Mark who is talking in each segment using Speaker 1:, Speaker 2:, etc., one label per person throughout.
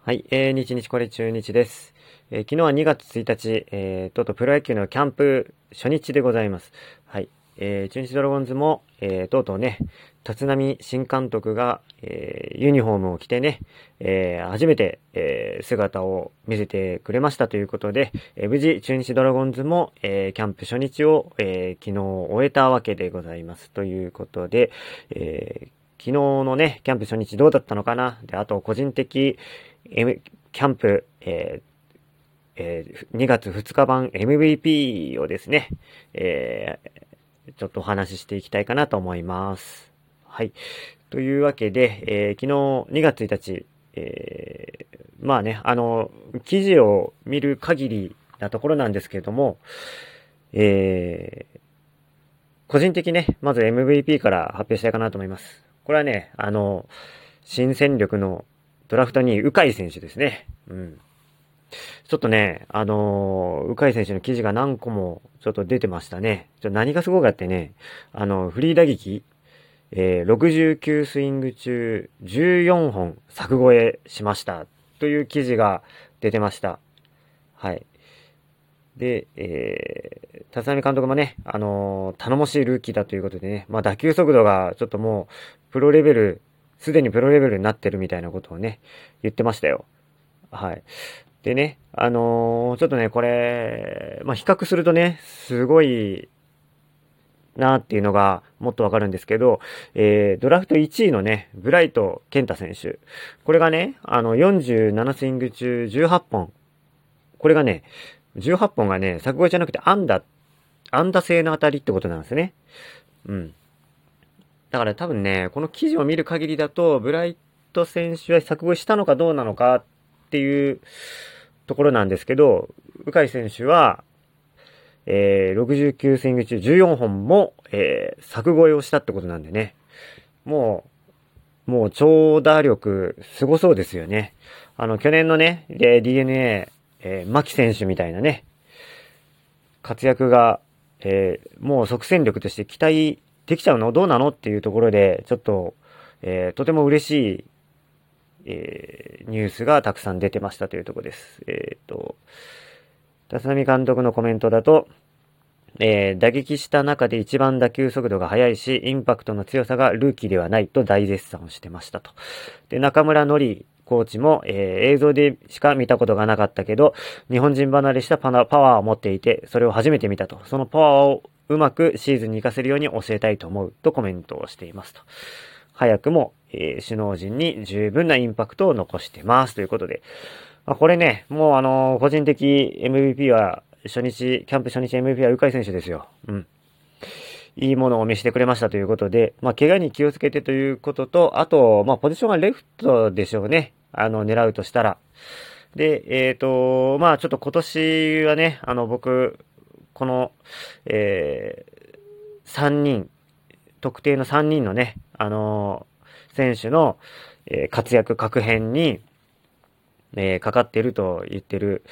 Speaker 1: はい、日日これ中日です。昨日は2月1日、とうとうプロ野球のキャンプ初日でございます。はい、中日ドラゴンズも、とうとうね、立浪新監督が、ユニフォームを着てね、初めて、姿を見せてくれましたということで、無事中日ドラゴンズも、キャンプ初日を、昨日終えたわけでございます。ということで、昨日のね、キャンプ初日どうだったのかな。で、あと個人的、キャンプ、2月2日版 MVP をですね、ちょっとお話ししていきたいかなと思います。はい。というわけで、昨日2月1日、まあね、記事を見る限りなところなんですけれども、個人的ね、まず MVP から発表したいかなと思います。これはね、新戦力のドラフト2位、鵜飼選手ですね。うん。ちょっとね、鵜飼選手の記事が何個もちょっと出てましたね。何がすごいかってね、フリー打撃、69スイング中14本柵越えしましたという記事が出てました。はい。で、立浪監督もね、頼もしいルーキーだということでね、まあ打球速度がちょっともう、プロレベル、すでにプロレベルになってるみたいなことをね、言ってましたよ。はい。でね、ちょっとね、これ、まあ比較するとね、すごいなっていうのがもっとわかるんですけど、ドラフト1位のね、ブライト健太選手。これがね、47スイング中18本。これがね、18本がね、柵越えじゃなくて安打性の当たりってことなんですね。うん。だから多分ね、この記事を見る限りだと、ブライト選手は柵越えしたのかどうなのかっていうところなんですけど、鵜飼選手は、69スイング中14本も、柵越えをしたってことなんでね。もう長打力、すごそうですよね。去年のね、DNA、牧選手みたいなね、活躍が、もう即戦力として期待できちゃうのどうなのっていうところで、ちょっと、とても嬉しい、ニュースがたくさん出てましたというところです。立浪監督のコメントだと、打撃した中で一番打球速度が速いし、インパクトの強さがルーキーではないと大絶賛をしてましたと。で、中村のりコーチも、映像でしか見たことがなかったけど、日本人離れしたパワーを持っていて、それを初めて見たと。そのパワーをうまくシーズンに活かせるように教えたいと思うとコメントをしていますと。早くも、首脳陣に十分なインパクトを残してますということで。これね、もう個人的 MVP はキャンプ初日 MVP は鵜飼選手ですよ。うん。いいものを見せてくれましたということで、まあ、怪我に気をつけてということと、あと、まあ、ポジションはレフトでしょうね。狙うとしたら。で、まあ、ちょっと今年はね、僕、この、3人、特定の3人のね、選手の、活躍確変に、かかっていると言ってる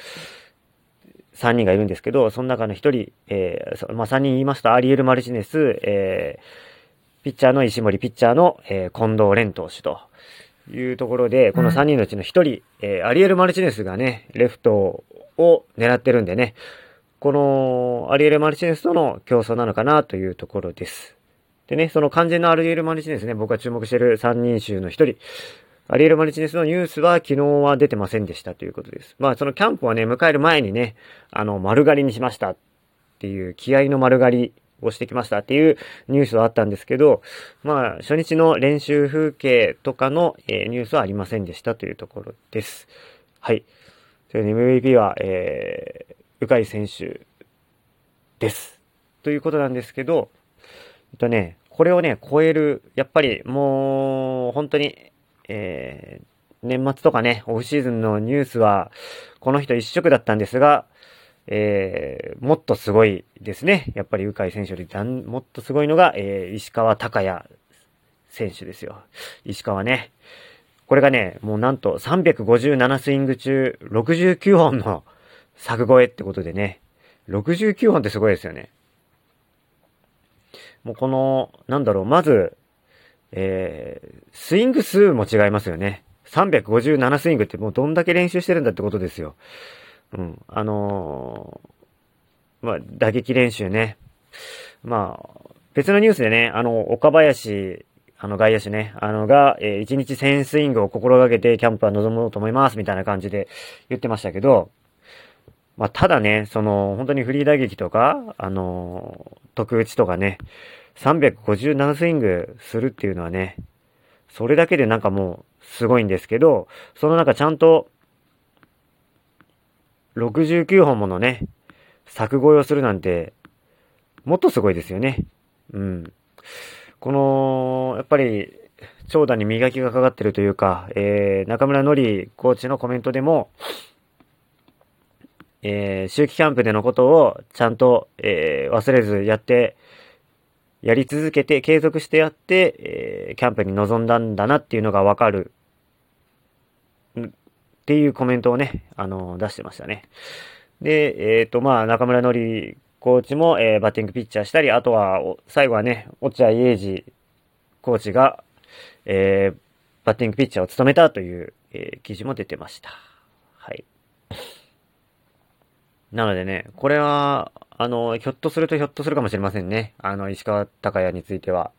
Speaker 1: 3人がいるんですけど、その中の1人、まあ、3人言いますと、アリエル・マルチネス、ピッチャーの石森、ピッチャーの、近藤蓮投手というところで、この3人のうちの1人、アリエル・マルチネスがね、レフトを狙ってるんでね、このアリエル・マルチネスとの競争なのかなというところです。でね、その完全なアリエル・マルチネスね、僕が注目している3人衆の1人、アリエル・マルチネスのニュースは昨日は出てませんでしたということです。まあそのキャンプはね、迎える前にね、丸刈りにしましたっていう気合の丸刈りをしてきましたっていうニュースはあったんですけど、まあ初日の練習風景とかの、ニュースはありませんでしたというところです。はい。それで MVP は、鵜飼選手です。ということなんですけど、これをね、超える、やっぱりもう、本当に、年末とかね、オフシーズンのニュースは、この人一色だったんですが、もっとすごいですね。やっぱり鵜飼選手よりもっとすごいのが、石川昂弥選手ですよ。石川ね。これがね、もうなんと357スイング中69本の柵越えってことでね、69本ってすごいですよね。もうまず、スイング数も違いますよね。 357スイングってもうどんだけ練習してるんだってことですよ。うん。打撃練習ね。別のニュースでね、岡林、外野手ね、1日1000スイングを心がけてキャンプは臨もうと思います、みたいな感じで言ってましたけど、ただね、本当にフリー打撃とか、特打ちとかね、357スイングするっていうのはね、それだけでなんかもう、すごいんですけど、その中ちゃんと、69本ものね、柵越えをするなんて、もっとすごいですよね。うん。やっぱり、長打に磨きがかかってるというか、中村のりコーチのコメントでも、秋季キャンプでのことをちゃんと、忘れずやり続けて、継続してやって、キャンプに臨んだんだなっていうのがわかる、っていうコメントをね、出してましたね。で、中村のりコーチも、バッティングピッチャーしたり、あとは、最後はね、落合英二コーチが、バッティングピッチャーを務めたという、記事も出てました。はい。なのでね、これは、ひょっとするかもしれませんね。石川昂弥については。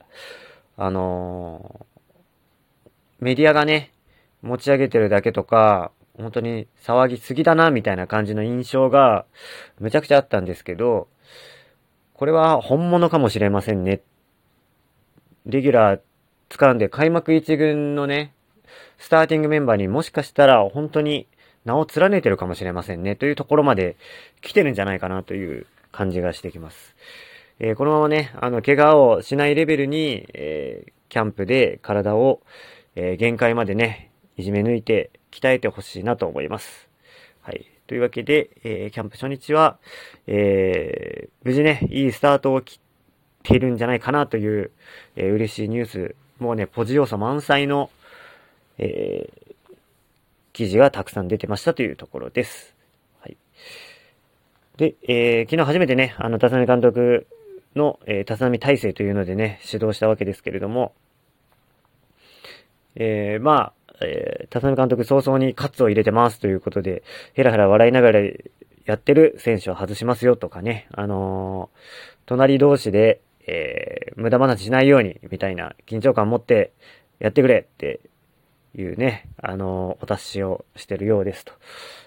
Speaker 1: メディアがね、持ち上げてるだけとか、本当に騒ぎすぎだな、みたいな感じの印象が、むちゃくちゃあったんですけど、これは本物かもしれませんね。レギュラー掴んで開幕一軍のね、スターティングメンバーにもしかしたら本当に名を連ねてるかもしれませんね。というところまで来てるんじゃないかなという感じがしてきます。このままね、怪我をしないレベルに、キャンプで体を、限界までね、いじめ抜いて鍛えてほしいなと思います。はい。というわけで、キャンプ初日は、無事ね、いいスタートを切っているんじゃないかなという、嬉しいニュース。もうね、ポジ要素満載の、記事がたくさん出てましたというところです。はい。で、昨日初めてね、立浪監督の、立浪体制というのでね、指導したわけですけれども、立浪監督早々にカツを入れてますということで、ヘラヘラ笑いながらやってる選手を外しますよとかね、隣同士で、無駄話しないように、みたいな緊張感を持ってやってくれっていうね、お達しをしてるようですと。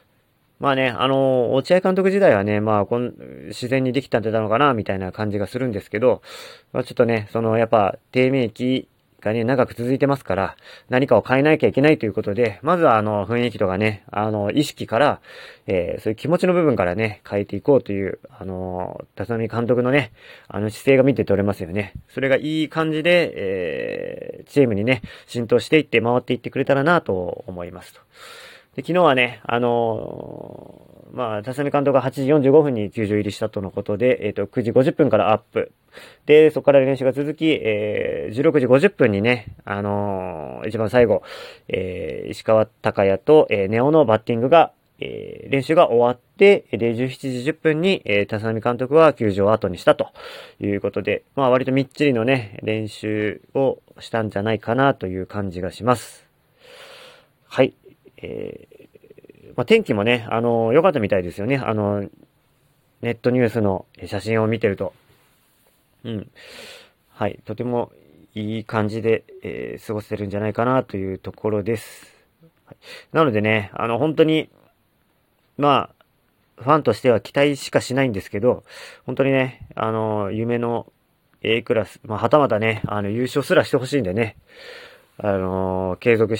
Speaker 1: 落合監督時代はね、自然にできたんだのかな、みたいな感じがするんですけど、ちょっとね、やっぱ、低迷期がね、長く続いてますから、何かを変えなきゃいけないということで、まずは雰囲気とかね、意識から、そういう気持ちの部分からね、変えていこうという、立浪監督のね、姿勢が見て取れますよね。それがいい感じで、チームにね、浸透していって回っていってくれたらなと思いますと。で、昨日はね、立浪監督が8時45分に球場入りしたとのことで、9時50分からアップ。で、そこから練習が続き、16時50分にね、一番最後、石川昂弥と、ネオのバッティングが、練習が終わって、で、17時10分に、立浪監督は球場を後にしたということで、割とみっちりのね、練習をしたんじゃないかなという感じがします。はい。天気もね、良かったみたいですよね。ネットニュースの写真を見てると。うん。はい。とてもいい感じで、過ごせるんじゃないかなというところです。はい、なのでね、本当に、ファンとしては期待しかしないんですけど、本当にね、夢の A クラス、はたまたね、優勝すらしてほしいんでね、継続して、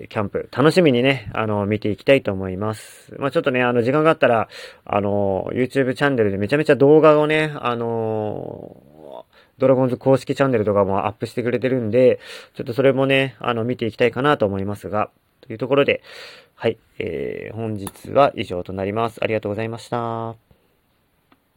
Speaker 1: キャンプ、楽しみにね、見ていきたいと思います。ちょっとね、時間があったら、YouTube チャンネルでめちゃめちゃ動画をね、ドラゴンズ公式チャンネルとかもアップしてくれてるんで、ちょっとそれもね、見ていきたいかなと思いますが、というところで、はい、本日は以上となります。ありがとうございました。